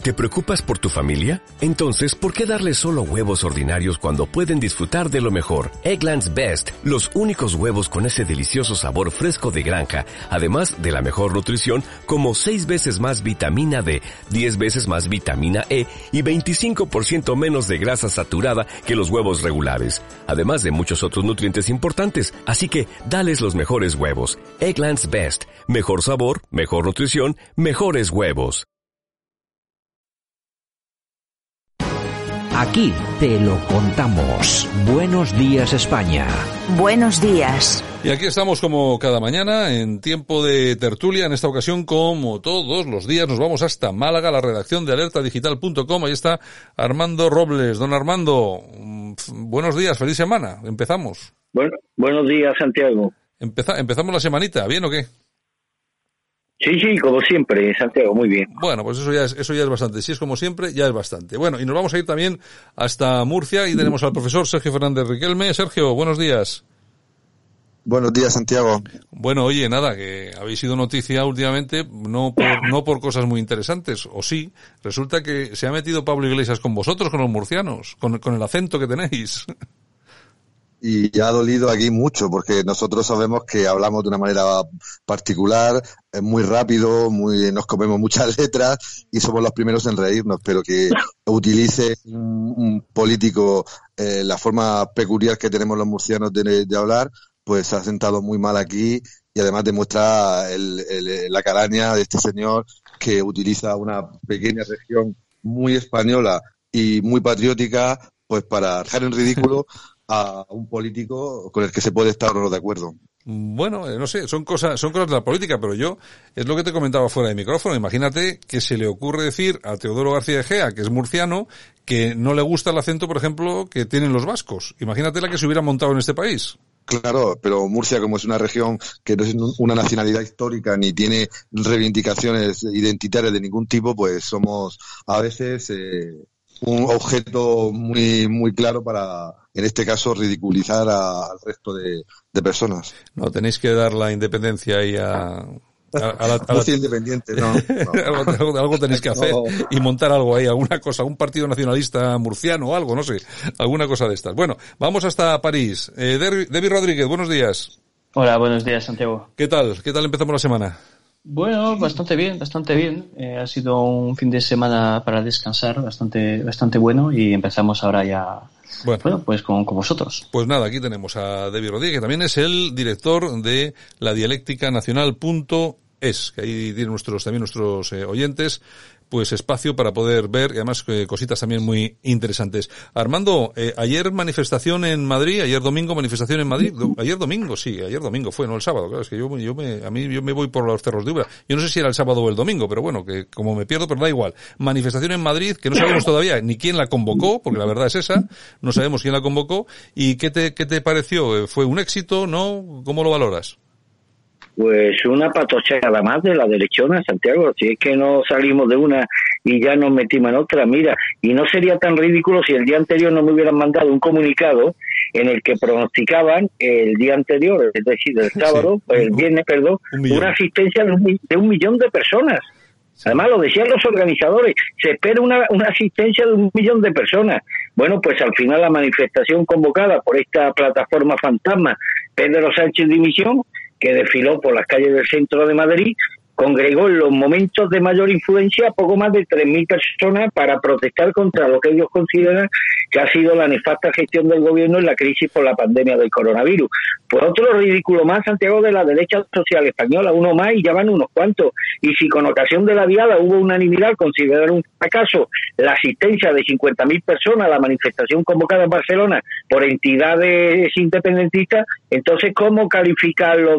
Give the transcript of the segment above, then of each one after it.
¿Te preocupas por tu familia? Entonces, ¿por qué darles solo huevos ordinarios cuando pueden disfrutar de lo mejor? Eggland's Best, los únicos huevos con ese delicioso sabor fresco de granja, además de la mejor nutrición, como 6 veces más vitamina D, 10 veces más vitamina E y 25% menos de grasa saturada que los huevos regulares, además de muchos otros nutrientes importantes. Así que, dales los mejores huevos. Eggland's Best, mejor sabor, mejor nutrición, mejores huevos. Aquí te lo contamos. Buenos días, España. Buenos días. Y aquí estamos como cada mañana en tiempo de tertulia. En esta ocasión, como todos los días, nos vamos hasta Málaga, la redacción de alertadigital.com. Ahí está Armando Robles. Don Armando, buenos días, feliz semana. Empezamos. Bueno, buenos días, Santiago. Empezamos la semanita, ¿bien o qué? Sí, como siempre, Santiago, muy bien. Bueno, pues eso ya es bastante. Si es como siempre, ya es bastante. Bueno, y nos vamos a ir también hasta Murcia y tenemos al profesor Sergio Fernández Riquelme. Sergio, buenos días. Buenos días, Santiago. Bueno, oye, nada, que habéis sido noticia últimamente, no por cosas muy interesantes, o sí. Resulta que se ha metido Pablo Iglesias con vosotros, con los murcianos, con el acento que tenéis. Y ha dolido aquí mucho, porque nosotros sabemos que hablamos de una manera particular, muy rápido, nos comemos muchas letras y somos los primeros en reírnos, pero que utilice un político la forma peculiar que tenemos los murcianos de hablar, pues ha sentado muy mal aquí y además demuestra la caraña de este señor que utiliza una pequeña región muy española y muy patriótica, pues para dejar en ridículo a un político con el que se puede estar o no de acuerdo. Bueno, no sé, son cosas de la política, pero es lo que te comentaba fuera de micrófono. Imagínate que se le ocurre decir a Teodoro García Egea, que es murciano, que no le gusta el acento, por ejemplo, que tienen los vascos. Imagínate la que se hubiera montado en este país. Claro, pero Murcia, como es una región que no es una nacionalidad histórica ni tiene reivindicaciones identitarias de ningún tipo, pues somos a veces un objeto muy muy claro para, en este caso, ridiculizar al resto de personas. No, tenéis que dar la independencia ahí a Murcia independiente, no. algo tenéis que hacer y montar algo ahí, alguna cosa, un partido nacionalista murciano o algo, no sé, alguna cosa de estas. Bueno, vamos hasta París. Debbie Rodríguez, buenos días. Hola, buenos días, Santiago. ¿Qué tal empezamos la semana? Bueno, bastante bien. Ha sido un fin de semana para descansar, bastante bueno, y empezamos ahora ya, bueno pues con vosotros. Pues nada, aquí tenemos a Debbie Rodríguez, que también es el director de la dialéctica nacional.es, que ahí tienen nuestros oyentes, pues espacio para poder ver, y además cositas también muy interesantes. Armando, ayer manifestación en Madrid, ayer domingo manifestación en Madrid, ayer domingo fue, no el sábado, claro, es que yo me voy por los cerros de Úbeda. Yo no sé si era el sábado o el domingo, pero bueno, que como me pierdo, pero da igual. Manifestación en Madrid, que no sabemos todavía ni quién la convocó, porque la verdad es esa, no sabemos quién la convocó, y ¿qué te pareció? ¿Fue un éxito, no? ¿Cómo lo valoras? Pues una patochada más de la derechona, Santiago. Si es que no salimos de una y ya nos metimos en otra, mira, y no sería tan ridículo si el día anterior no me hubieran mandado un comunicado en el que pronosticaban el día anterior, es decir, el sábado, el viernes, perdón, una asistencia de 1 millón de personas. Además, lo decían los organizadores, se espera una asistencia de 1 millón de personas. Bueno, pues al final la manifestación convocada por esta plataforma fantasma, Pedro Sánchez Dimisión, que desfiló por las calles del centro de Madrid, congregó en los momentos de mayor influencia a poco más de 3.000 personas para protestar contra lo que ellos consideran que ha sido la nefasta gestión del gobierno en la crisis por la pandemia del coronavirus. Pues otro ridículo más, Santiago, de la derecha social española, uno más y ya van unos cuantos. Y si con ocasión de la diada hubo unanimidad al considerar un fracaso la asistencia de 50.000 personas a la manifestación convocada en Barcelona por entidades independentistas, entonces ¿cómo calificar lo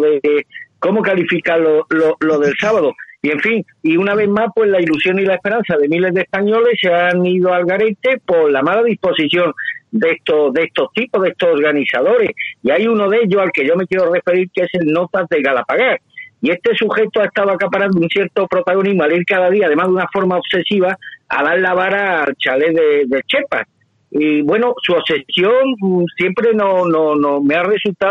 del sábado? Y en fin, y una vez más, pues la ilusión y la esperanza de miles de españoles se han ido al garete por la mala disposición de estos tipos, de estos organizadores. Y hay uno de ellos al que yo me quiero referir, que es el Notas de Galapagar. Y este sujeto ha estado acaparando un cierto protagonismo al ir cada día, además de una forma obsesiva, a dar la vara al chalet de Chepas. Y bueno, su obsesión siempre no me ha resultado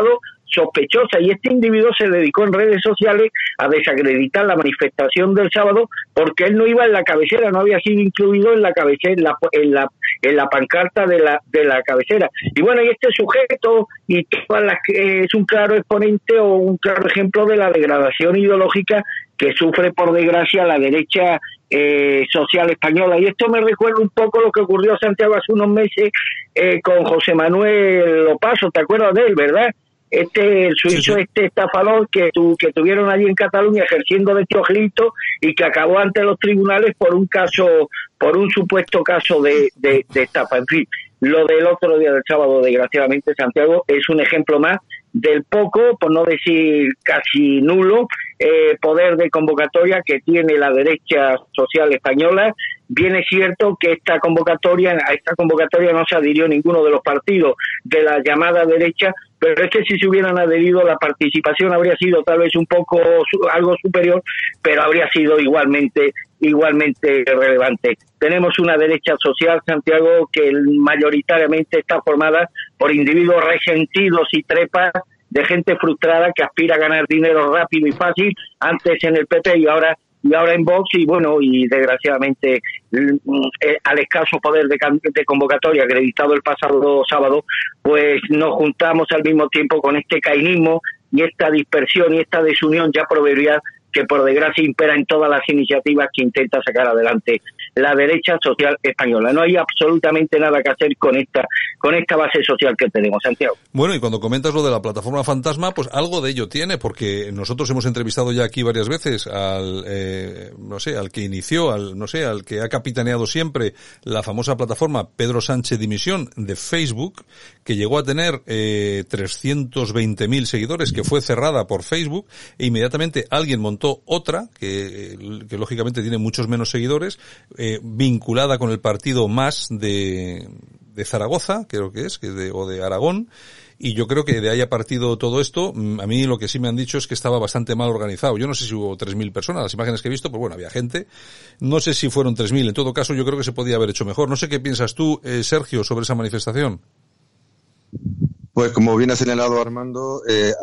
sospechosa, y este individuo se dedicó en redes sociales a desacreditar la manifestación del sábado porque él no iba en la cabecera, no había sido incluido en la cabecera, en la pancarta de la cabecera. Y bueno, y este sujeto y todas las que es un claro exponente o un claro ejemplo de la degradación ideológica que sufre, por desgracia, la derecha social española. Y esto me recuerda un poco lo que ocurrió, Santiago, hace unos meses con José Manuel Opaso. ¿Te acuerdas de él, verdad? El suizo, sí. Estafador que tuvieron allí en Cataluña ejerciendo de teogelito y que acabó ante los tribunales por un supuesto caso de estafa. En fin, lo del otro día del sábado, desgraciadamente, Santiago, es un ejemplo más del poco, por no decir casi nulo, poder de convocatoria que tiene la derecha social española. Bien es cierto que a esta convocatoria no se adhirió ninguno de los partidos de la llamada derecha, pero es que si se hubieran adherido, la participación habría sido tal vez un poco algo superior, pero habría sido igualmente relevante. Tenemos una derecha social, Santiago, que mayoritariamente está formada por individuos resentidos y trepas, de gente frustrada que aspira a ganar dinero rápido y fácil, antes en el PP y ahora en Vox, y bueno, y desgraciadamente al escaso poder de convocatoria acreditado el pasado sábado, pues nos juntamos al mismo tiempo con este cainismo y esta dispersión y esta desunión ya proverbial que por desgracia impera en todas las iniciativas que intenta sacar adelante la derecha social española. No hay absolutamente nada que hacer con esta base social que tenemos, Santiago. Bueno, y cuando comentas lo de la plataforma fantasma, pues algo de ello tiene, porque nosotros hemos entrevistado ya aquí varias veces al que inició, al que ha capitaneado siempre la famosa plataforma Pedro Sánchez Dimisión de Facebook, que llegó a tener 320.000 seguidores, que fue cerrada por Facebook, e inmediatamente alguien montó otra que lógicamente tiene muchos menos seguidores, vinculada con el partido Más de Zaragoza, creo que es, o de Aragón, y yo creo que de ahí ha partido todo esto. A mí lo que sí me han dicho es que estaba bastante mal organizado. Yo no sé si hubo 3.000 personas, las imágenes que he visto, pues bueno, había gente. No sé si fueron 3.000, en todo caso yo creo que se podía haber hecho mejor. No sé qué piensas tú, Sergio, sobre esa manifestación. Pues como bien ha señalado Armando,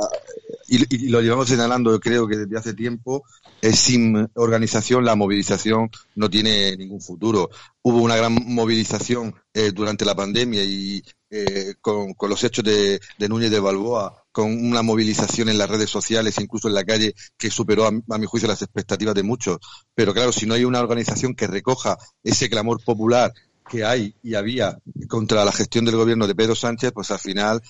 y lo llevamos señalando, creo que desde hace tiempo, sin organización la movilización no tiene ningún futuro. Hubo una gran movilización durante la pandemia y con los hechos de Núñez de Balboa, con una movilización en las redes sociales, incluso en la calle, que superó a mi juicio las expectativas de muchos. Pero claro, si no hay una organización que recoja ese clamor popular que hay y había contra la gestión del gobierno de Pedro Sánchez, pues al final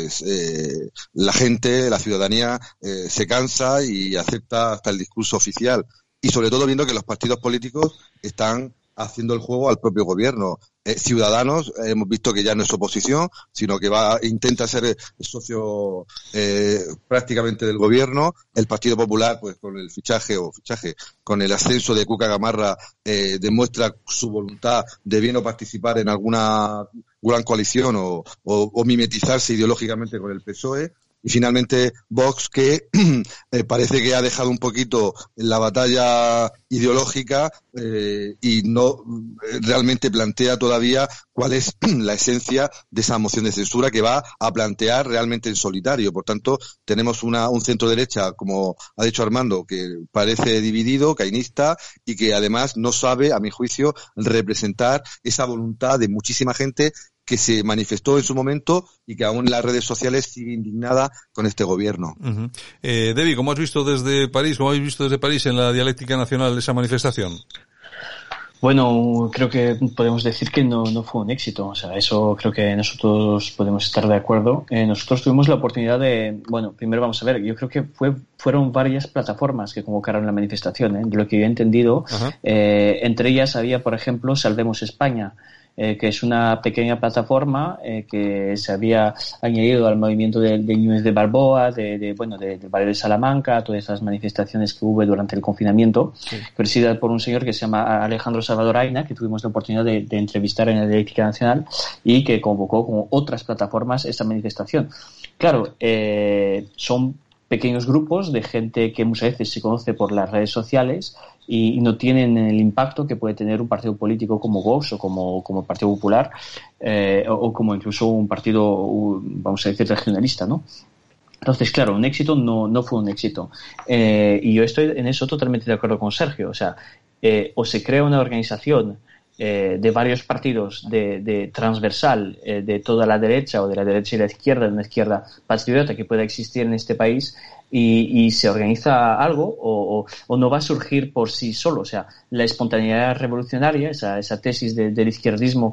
la gente, la ciudadanía se cansa y acepta hasta el discurso oficial, y sobre todo viendo que los partidos políticos están haciendo el juego al propio gobierno. Ciudadanos, hemos visto que ya no es oposición, sino que intenta ser socio prácticamente del gobierno. El Partido Popular, pues con el con el ascenso de Cuca Gamarra, demuestra su voluntad de bien o participar en alguna gran coalición o mimetizarse ideológicamente con el PSOE. Y finalmente Vox, que parece que ha dejado un poquito la batalla ideológica y no realmente plantea todavía cuál es la esencia de esa moción de censura que va a plantear realmente en solitario. Por tanto, tenemos un centro derecha, como ha dicho Armando, que parece dividido, cainista, y que además no sabe, a mi juicio, representar esa voluntad de muchísima gente que se manifestó en su momento y que aún en las redes sociales sigue indignada con este gobierno. Uh-huh. Debbie, ¿cómo has visto desde París? ¿Cómo habéis visto desde París en la dialéctica nacional esa manifestación? Bueno, creo que podemos decir que no fue un éxito. O sea, eso creo que nosotros podemos estar de acuerdo. Nosotros tuvimos la oportunidad primero vamos a ver, yo creo que fueron varias plataformas que convocaron la manifestación, de lo que yo he entendido. Uh-huh. Entre ellas había, por ejemplo, Salvemos España, que es una pequeña plataforma que se había añadido al movimiento de Núñez de Balboa, del Valle de Salamanca, todas esas manifestaciones que hubo durante el confinamiento, sí, presidida por un señor que se llama Alejandro Salvador Aina, que tuvimos la oportunidad de entrevistar en la Dialéctica Nacional, y que convocó como otras plataformas esa manifestación. Claro, son pequeños grupos de gente que muchas veces se conoce por las redes sociales y no tienen el impacto que puede tener un partido político como Vox o como el Partido Popular, o como incluso un partido, vamos a decir, regionalista, ¿no? Entonces, claro, un éxito no fue un éxito. Y yo estoy en eso totalmente de acuerdo con Sergio. O sea, o se crea una organización de varios partidos de transversal de toda la derecha o de la derecha y la izquierda, de una izquierda patriota que pueda existir en este país y se organiza algo o no va a surgir por sí solo. O sea, la espontaneidad revolucionaria, esa tesis del izquierdismo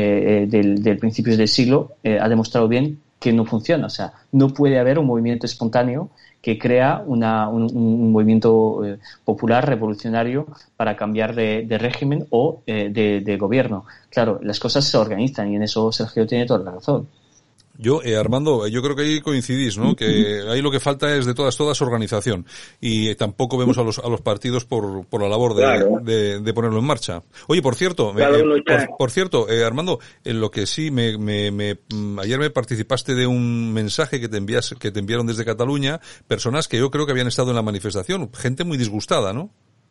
del principios del siglo ha demostrado bien que no funciona. O sea, no puede haber un movimiento espontáneo que crea un movimiento popular, revolucionario, para cambiar de régimen o de gobierno. Claro, las cosas se organizan y en eso Sergio tiene toda la razón. Yo, Armando, yo creo que ahí coincidís, ¿no? Que ahí lo que falta es de todas organización. Y tampoco vemos a los partidos por la labor de ponerlo en marcha. Oye, por cierto, Armando, en lo que sí ayer me participaste de un mensaje que te enviaron desde Cataluña, personas que yo creo que habían estado en la manifestación, gente muy disgustada, ¿no?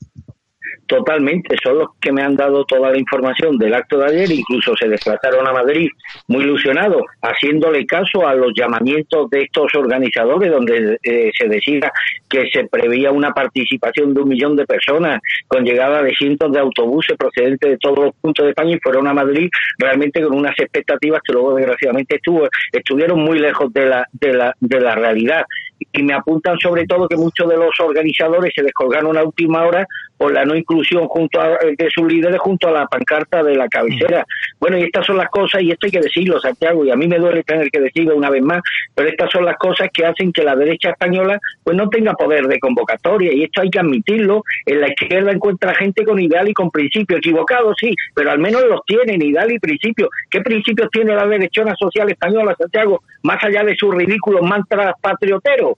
Totalmente, son los que me han dado toda la información del acto de ayer, incluso se desplazaron a Madrid muy ilusionados, haciéndole caso a los llamamientos de estos organizadores, donde se decía que se preveía una participación de 1 millón de personas, con llegada de cientos de autobuses procedentes de todos los puntos de España, y fueron a Madrid realmente con unas expectativas que luego desgraciadamente estuvieron muy lejos de la realidad. Y me apuntan sobre todo que muchos de los organizadores se descolgaron a última hora por la no inclusión de sus líderes junto a la pancarta de la cabecera. Bueno, y estas son las cosas, y esto hay que decirlo, Santiago, y a mí me duele tener que decirlo una vez más, pero estas son las cosas que hacen que la derecha española pues no tenga poder de convocatoria, y esto hay que admitirlo. En la izquierda encuentra gente con ideal y con principios, equivocados sí, pero al menos los tienen, ideal y principios. ¿Qué principios tiene la derechona social española, Santiago, más allá de sus ridículos mantras patrioteros?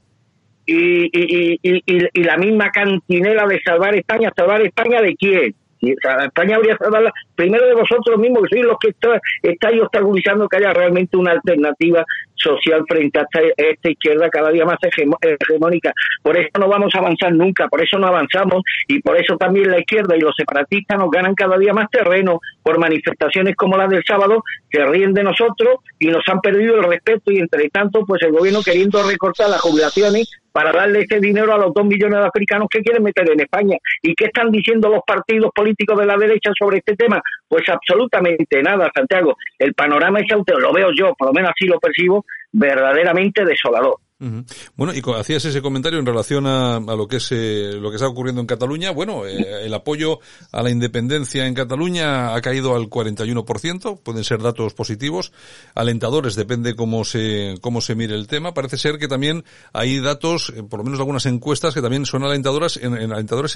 Y la misma cantinela de salvar España ¿de quién? España habría que salvarla primero de vosotros mismos, que sois los que estáis obstaculizando que haya realmente una alternativa social frente a esta izquierda cada día más hegemónica. Por eso no vamos a avanzar nunca, por eso no avanzamos, y por eso también la izquierda y los separatistas nos ganan cada día más terreno por manifestaciones como las del sábado, que ríen de nosotros y nos han perdido el respeto, y entre tanto pues el gobierno queriendo recortar las jubilaciones para darle ese dinero a los 2 millones de africanos que quieren meter en España. ¿Y qué están diciendo los partidos políticos de la derecha sobre este tema? Pues absolutamente nada, Santiago. El panorama es lo veo yo, por lo menos así lo percibo, verdaderamente desolador. Uh-huh. Bueno, y hacías ese comentario en relación a lo que está ocurriendo en Cataluña. Bueno, el apoyo a la independencia en Cataluña ha caído al 41%, pueden ser datos positivos, alentadores, depende cómo se mire el tema. Parece ser que también hay datos, por lo menos algunas encuestas, que también son alentadores en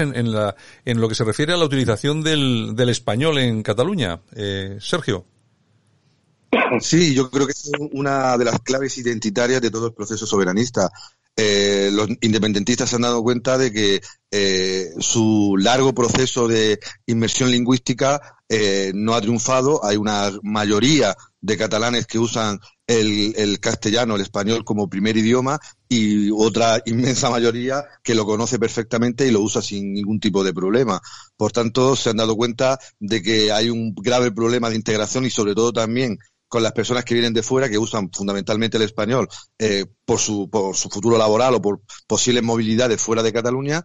lo que se refiere a la utilización del español en Cataluña. Sergio. Sí, yo creo que es una de las claves identitarias de todo el proceso soberanista. Los independentistas se han dado cuenta de que su largo proceso de inmersión lingüística no ha triunfado. Hay una mayoría de catalanes que usan el castellano, el español como primer idioma, y otra inmensa mayoría que lo conoce perfectamente y lo usa sin ningún tipo de problema. Por tanto, se han dado cuenta de que hay un grave problema de integración, y sobre todo también con las personas que vienen de fuera, que usan fundamentalmente el español por su futuro laboral o por posibles movilidades fuera de Cataluña,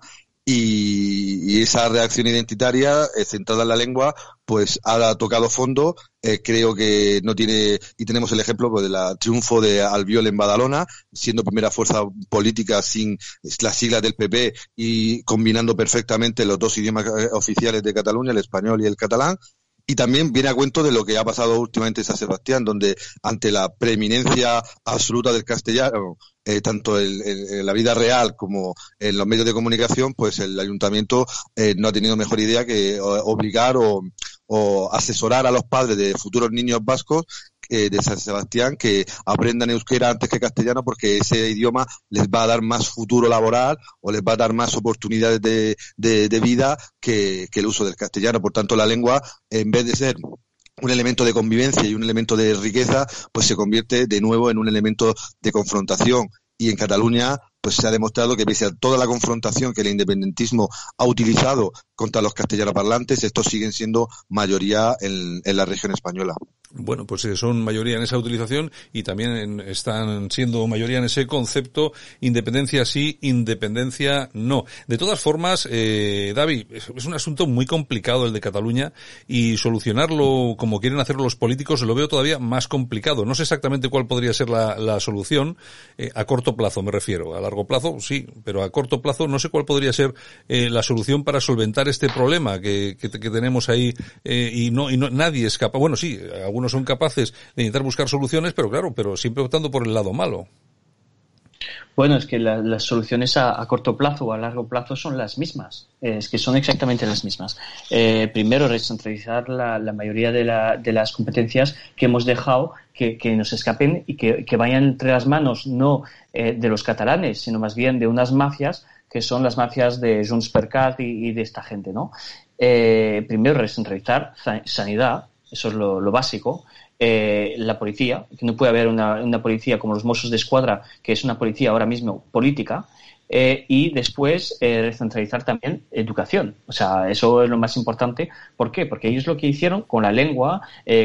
y esa reacción identitaria centrada en la lengua pues ha tocado fondo. Creo que no tiene, y tenemos el ejemplo pues, del triunfo de Albiol en Badalona, siendo primera fuerza política sin las siglas del PP y combinando perfectamente los dos idiomas oficiales de Cataluña, el español y el catalán. Y también viene a cuento de lo que ha pasado últimamente en San Sebastián, donde ante la preeminencia absoluta del castellano, tanto en la vida real como en los medios de comunicación, pues el ayuntamiento no ha tenido mejor idea que obligar o asesorar a los padres de futuros niños vascos de San Sebastián que aprendan euskera antes que castellano, porque ese idioma les va a dar más futuro laboral o les va a dar más oportunidades de vida que el uso del castellano. Por tanto, la lengua, en vez de ser un elemento de convivencia y un elemento de riqueza, pues se convierte de nuevo en un elemento de confrontación. Y en Cataluña pues se ha demostrado que pese a toda la confrontación que el independentismo ha utilizado contra los castellanoparlantes, estos siguen siendo mayoría en la región española. Bueno, pues son mayoría en esa utilización y también están siendo mayoría en ese concepto, independencia sí, independencia no. De todas formas, David, es un asunto muy complicado el de Cataluña y solucionarlo como quieren hacerlo los políticos lo veo todavía más complicado. No sé exactamente cuál podría ser la solución, a corto plazo me refiero. A largo plazo sí, pero a corto plazo no sé cuál podría ser la solución para solventar este problema que tenemos ahí, y nadie es capaz. Bueno, sí, algunos son capaces de intentar buscar soluciones, pero siempre optando por el lado malo. Bueno, es que las soluciones a corto plazo o a largo plazo son las mismas. Es que son exactamente las mismas. Primero, recentralizar la mayoría de las competencias que hemos dejado que nos escapen y que vayan entre las manos no de los catalanes, sino más bien de unas mafias que son las mafias de Junts per Cat y de esta gente, ¿no? Primero, recentralizar sanidad. Eso es lo básico. La policía, que no puede haber una policía como los Mossos d'Esquadra, que es una policía ahora mismo política, y después recentralizar también educación. O sea, eso es lo más importante. ¿Por qué? Porque ellos lo que hicieron con la lengua,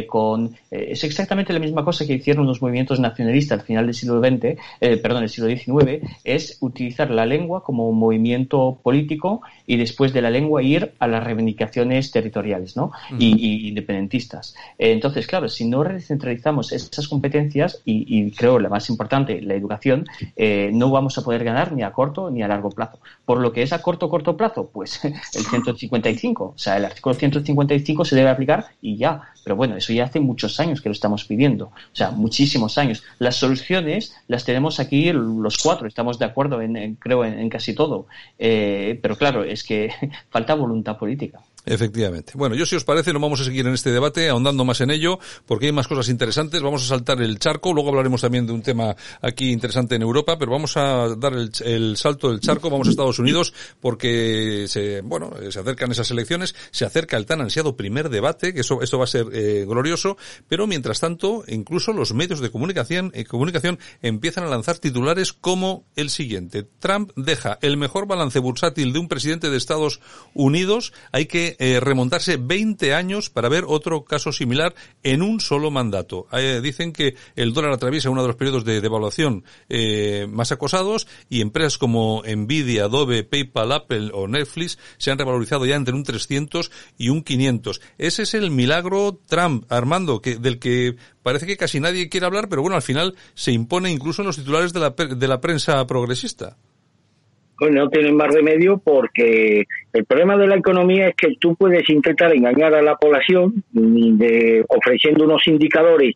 es exactamente la misma cosa que hicieron los movimientos nacionalistas al final del siglo XX, del siglo XIX, es utilizar la lengua como un movimiento político y después de la lengua ir a las reivindicaciones territoriales, ¿no? Y independentistas. Entonces, claro, si no recentralizamos esas competencias y creo la más importante, la educación, no vamos a poder ganar ni a corto ni a largo plazo. Por lo que es a corto plazo, pues el 155, o sea, el artículo 155 se debe aplicar y ya. Pero bueno, eso ya hace muchos años que lo estamos pidiendo, o sea, muchísimos años. Las soluciones las tenemos aquí los cuatro, estamos de acuerdo creo en casi todo, pero claro, es que falta voluntad política. Efectivamente. Bueno, si os parece, no vamos a seguir en este debate, ahondando más en ello, porque hay más cosas interesantes. Vamos a saltar el charco, luego hablaremos también de un tema aquí interesante en Europa, pero vamos a dar el salto del charco, vamos a Estados Unidos, porque se acercan esas elecciones, se acerca el tan ansiado primer debate, que esto va a ser glorioso, pero mientras tanto, incluso los medios de comunicación empiezan a lanzar titulares como el siguiente: Trump deja el mejor balance bursátil de un presidente de Estados Unidos. Hay que remontarse 20 años para ver otro caso similar en un solo mandato. Dicen que el dólar atraviesa uno de los periodos de devaluación más acosados y empresas como Nvidia, Adobe, PayPal, Apple o Netflix se han revalorizado ya entre un 300 y un 500. Ese es el milagro Trump, Armando, del que parece que casi nadie quiere hablar, pero bueno, al final se impone incluso en los titulares de la prensa progresista. Pues no tienen más remedio, porque el problema de la economía es que tú puedes intentar engañar a la población ofreciendo unos indicadores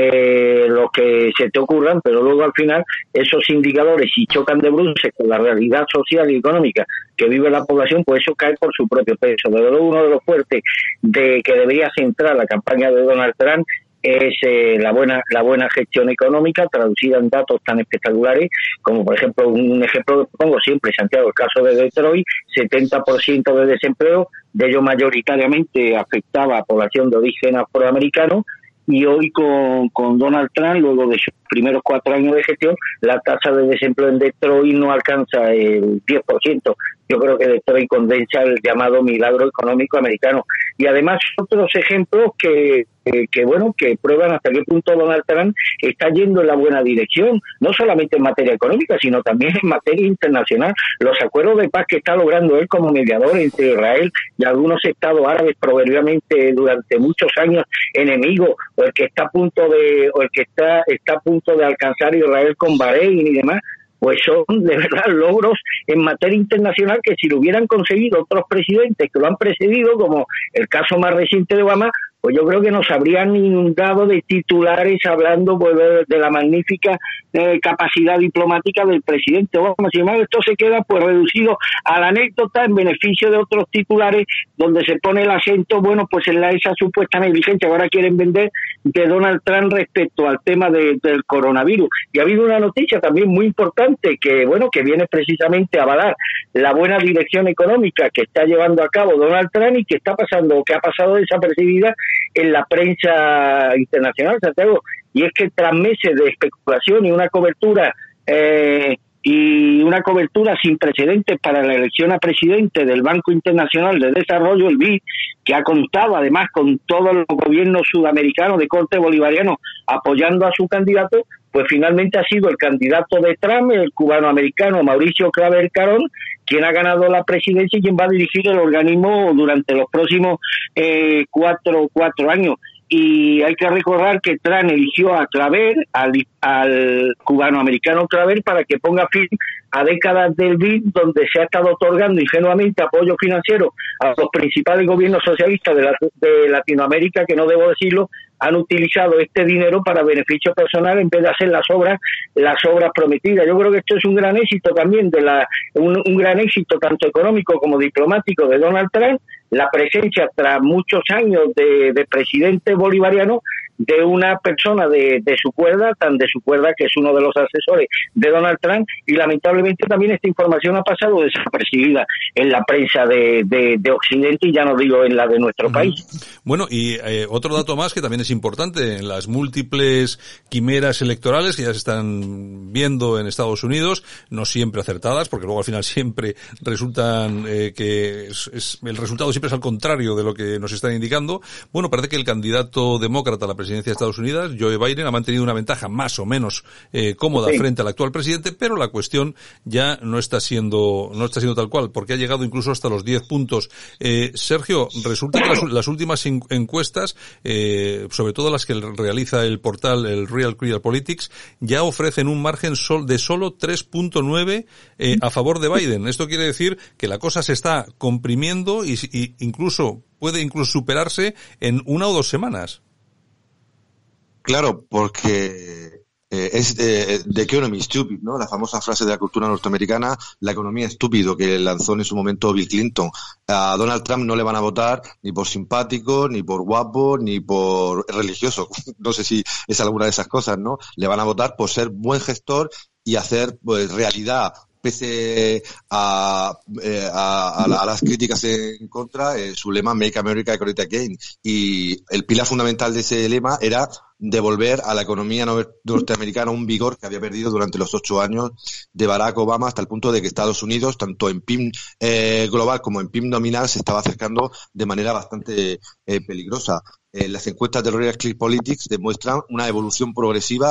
los que se te ocurran, pero luego al final esos indicadores, si chocan de bruces con la realidad social y económica que vive la población, pues eso cae por su propio peso. Desde luego, uno de los fuertes que debería centrar la campaña de Donald Trump es la buena gestión económica, traducida en datos tan espectaculares como, por ejemplo, un ejemplo que pongo siempre, Santiago, el caso de Detroit, 70% de desempleo, de ello mayoritariamente afectaba a población de origen afroamericano, y hoy con Donald Trump, luego de sus primeros 4 años de gestión, la tasa de desempleo en Detroit no alcanza el 10%. Yo creo que Detroit condensa el llamado milagro económico americano. Y además otros ejemplos que prueban hasta qué punto Donald Trump está yendo en la buena dirección, no solamente en materia económica, sino también en materia internacional. Los acuerdos de paz que está logrando él como mediador entre Israel y algunos estados árabes, proverbiamente durante muchos años enemigos, o el que está a punto de alcanzar Israel con Bahrein y demás, pues son de verdad logros en materia internacional que si lo hubieran conseguido otros presidentes que lo han precedido, como el caso más reciente de Obama, pues yo creo que nos habrían inundado de titulares hablando pues de la magnífica capacidad diplomática del presidente Obama. Sin embargo, esto se queda pues reducido a la anécdota en beneficio de otros titulares donde se pone el acento, bueno, pues en esa supuesta negligencia que ahora quieren vender de Donald Trump respecto al tema del coronavirus. Y ha habido una noticia también muy importante que viene precisamente a avalar la buena dirección económica que está llevando a cabo Donald Trump y que ha pasado desapercibida en la prensa internacional, Santiago, y es que tras meses de especulación y una cobertura y una cobertura sin precedentes para la elección a presidente del Banco Internacional de Desarrollo, el BID, que ha contado además con todos los gobiernos sudamericanos de corte bolivariano apoyando a su candidato, pues finalmente ha sido el candidato de Trump, el cubano-americano Mauricio Claver Carón, quien ha ganado la presidencia y quien va a dirigir el organismo durante los próximos cuatro años. Y hay que recordar que Trump eligió a Claver, al cubano-americano Claver, para que ponga fin a décadas del BID, donde se ha estado otorgando ingenuamente apoyo financiero a los principales gobiernos socialistas de Latinoamérica, que no debo decirlo, han utilizado este dinero para beneficio personal en vez de hacer las obras prometidas. Yo creo que esto es un gran éxito también, un gran éxito tanto económico como diplomático de Donald Trump, la presencia tras muchos años de presidente bolivariano de una persona de su cuerda, tan de su cuerda que es uno de los asesores de Donald Trump, y lamentablemente también esta información ha pasado desapercibida en la prensa de Occidente, y ya no digo en la de nuestro país. Bueno, y otro dato más que también es importante, en las múltiples quimeras electorales que ya se están viendo en Estados Unidos, no siempre acertadas, porque luego al final siempre resultan que el resultado siempre es al contrario de lo que nos están indicando. Bueno, parece que el candidato demócrata a la presidencia de Estados Unidos, Joe Biden, ha mantenido una ventaja más o menos cómoda frente al actual presidente, pero la cuestión ya no está siendo tal cual, porque ha llegado incluso hasta los 10 puntos. Sergio, resulta que las últimas encuestas, sobre todo las que realiza el portal, el Real Clear Politics, ya ofrecen un margen de solo 3.9 a favor de Biden. Esto quiere decir que la cosa se está comprimiendo y puede incluso superarse en 1 o 2 semanas. Claro, porque es The Economy Stupid, ¿no? La famosa frase de la cultura norteamericana, la economía estúpido, que lanzó en su momento Bill Clinton. A Donald Trump no le van a votar ni por simpático, ni por guapo, ni por religioso. No sé si es alguna de esas cosas, ¿no? Le van a votar por ser buen gestor y hacer, pues, realidad, pese a las críticas en contra, su lema Make America Great Again. Y el pilar fundamental de ese lema era devolver a la economía norteamericana un vigor que había perdido durante los 8 años de Barack Obama, hasta el punto de que Estados Unidos, tanto en PIB global como en PIB nominal, se estaba acercando de manera bastante peligrosa. Las encuestas del Real Clear Politics demuestran una evolución progresiva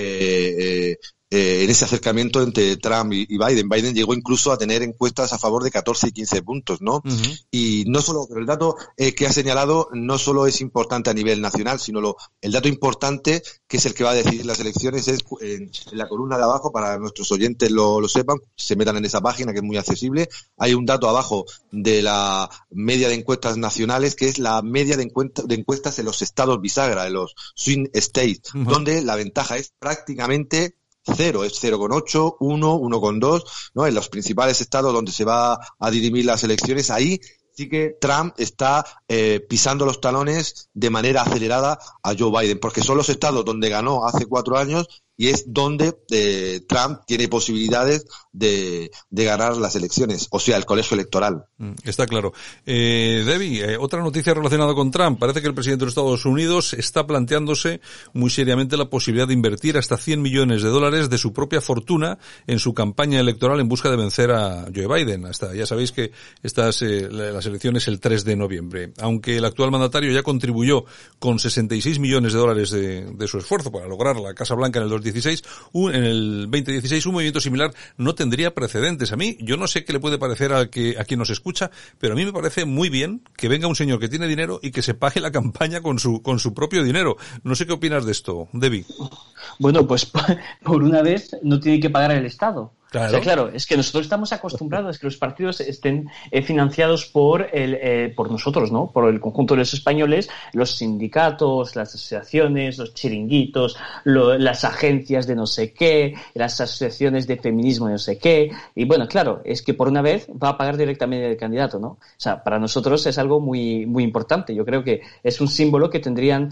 en ese acercamiento entre Trump y Biden. Biden llegó incluso a tener encuestas a favor de 14 y 15 puntos, ¿no? Uh-huh. Y no solo, pero el dato que ha señalado no solo es importante a nivel nacional, sino el dato importante, que es el que va a decidir las elecciones, es en la columna de abajo, para nuestros oyentes lo sepan, se metan en esa página que es muy accesible. Hay un dato abajo de la media de encuestas nacionales, que es la media de encuestas en los estados bisagra, en los swing states, uh-huh, donde la ventaja es prácticamente 0, es 0,8, 1, 1,2, ¿no? En los principales estados donde se va a dirimir las elecciones, ahí sí que Trump está pisando los talones de manera acelerada a Joe Biden, porque son los estados donde ganó hace 4 años y es donde Trump tiene posibilidades de ganar las elecciones, o sea, el colegio electoral. Está claro. Debbie, otra noticia relacionada con Trump. Parece que el presidente de los Estados Unidos está planteándose muy seriamente la posibilidad de invertir hasta $100 millones de su propia fortuna en su campaña electoral en busca de vencer a Joe Biden. Ya sabéis que las elecciones el 3 de noviembre. Aunque el actual mandatario ya contribuyó con $66 millones de su esfuerzo para lograr la Casa Blanca en el en el 2016, un movimiento similar no tendría precedentes. A mí, yo no sé qué le puede parecer a quien nos escucha, pero a mí me parece muy bien que venga un señor que tiene dinero y que se pague la campaña con su propio dinero. No sé qué opinas de esto, Debbie. Bueno, pues por una vez no tiene que pagar el Estado. Claro. O sea, claro, es que nosotros estamos acostumbrados a que los partidos estén financiados por nosotros, ¿no? Por el conjunto de los españoles, los sindicatos, las asociaciones, los chiringuitos, las agencias de no sé qué, las asociaciones de feminismo de no sé qué. Y bueno, claro, es que por una vez va a pagar directamente el candidato, ¿no? O sea, para nosotros es algo muy, muy importante. Yo creo que es un símbolo que tendrían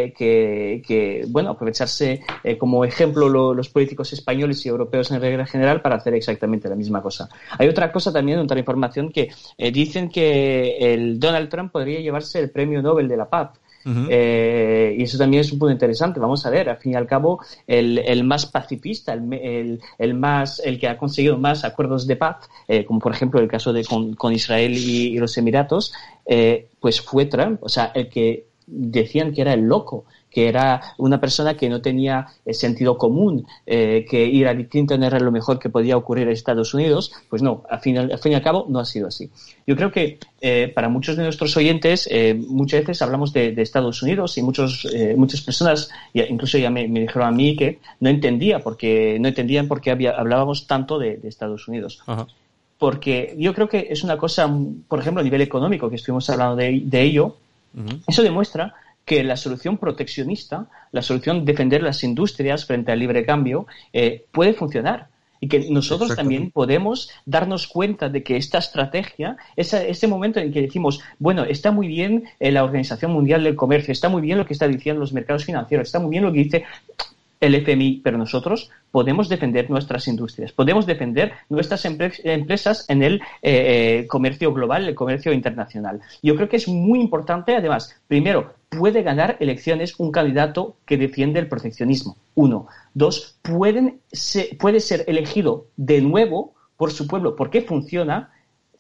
que aprovecharse como ejemplo los políticos españoles y europeos en regla general para hacer exactamente la misma cosa. Hay otra cosa también, otra información, que dicen que el Donald Trump podría llevarse el premio Nobel de la Paz. Y eso también es un punto interesante. Vamos a ver, al fin y al cabo, el más pacifista, el que ha conseguido más acuerdos de paz, como por ejemplo el caso con Israel y los Emiratos, pues fue Trump. O sea, el que decían que era el loco, que era una persona que no tenía sentido común, que Hillary Clinton era lo mejor que podía ocurrir en Estados Unidos, pues no, al fin y al cabo no ha sido así. Yo creo que para muchos de nuestros oyentes muchas veces hablamos de Estados Unidos y muchas personas, incluso ya me dijeron a mí que no entendían por qué hablábamos tanto de Estados Unidos. Ajá. Porque yo creo que es una cosa, por ejemplo, a nivel económico, que estuvimos hablando de ello, eso demuestra que la solución proteccionista, la solución defender las industrias frente al libre cambio, puede funcionar. Y que nosotros también podemos darnos cuenta de que esta estrategia, ese momento en que decimos, bueno, está muy bien la Organización Mundial del Comercio, está muy bien lo que está diciendo los mercados financieros, está muy bien lo que dice el FMI, pero nosotros podemos defender nuestras industrias, podemos defender nuestras empresas en el comercio global, el comercio internacional. Yo creo que es muy importante, además, primero, puede ganar elecciones un candidato que defiende el proteccionismo. 1. 2, puede ser elegido de nuevo por su pueblo, porque funciona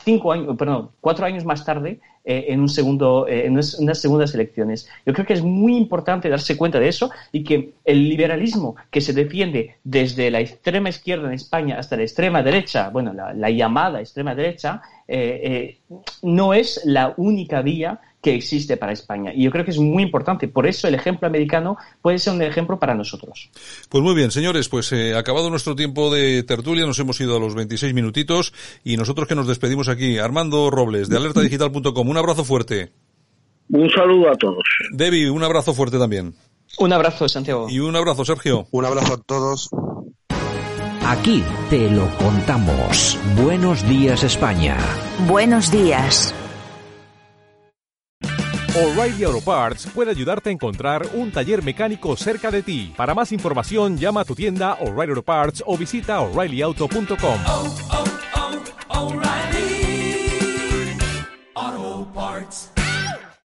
4 años más tarde en unas segundas elecciones. Yo creo que es muy importante darse cuenta de eso y que el liberalismo que se defiende desde la extrema izquierda en España hasta la extrema derecha, bueno, la llamada extrema derecha, no es la única vía que existe para España. Y yo creo que es muy importante. Por eso el ejemplo americano puede ser un ejemplo para nosotros. Pues muy bien, señores, pues acabado nuestro tiempo de tertulia, nos hemos ido a los 26 minutitos y nosotros que nos despedimos aquí. Armando Robles, de alertadigital.com, un abrazo fuerte. Un saludo a todos. Debbie, un abrazo fuerte también. Un abrazo, Santiago. Y un abrazo, Sergio. Un abrazo a todos. Aquí te lo contamos. Buenos días, España. Buenos días. O'Reilly Auto Parts puede ayudarte a encontrar un taller mecánico cerca de ti. Para más información, llama a tu tienda O'Reilly Auto Parts o visita O'ReillyAuto.com.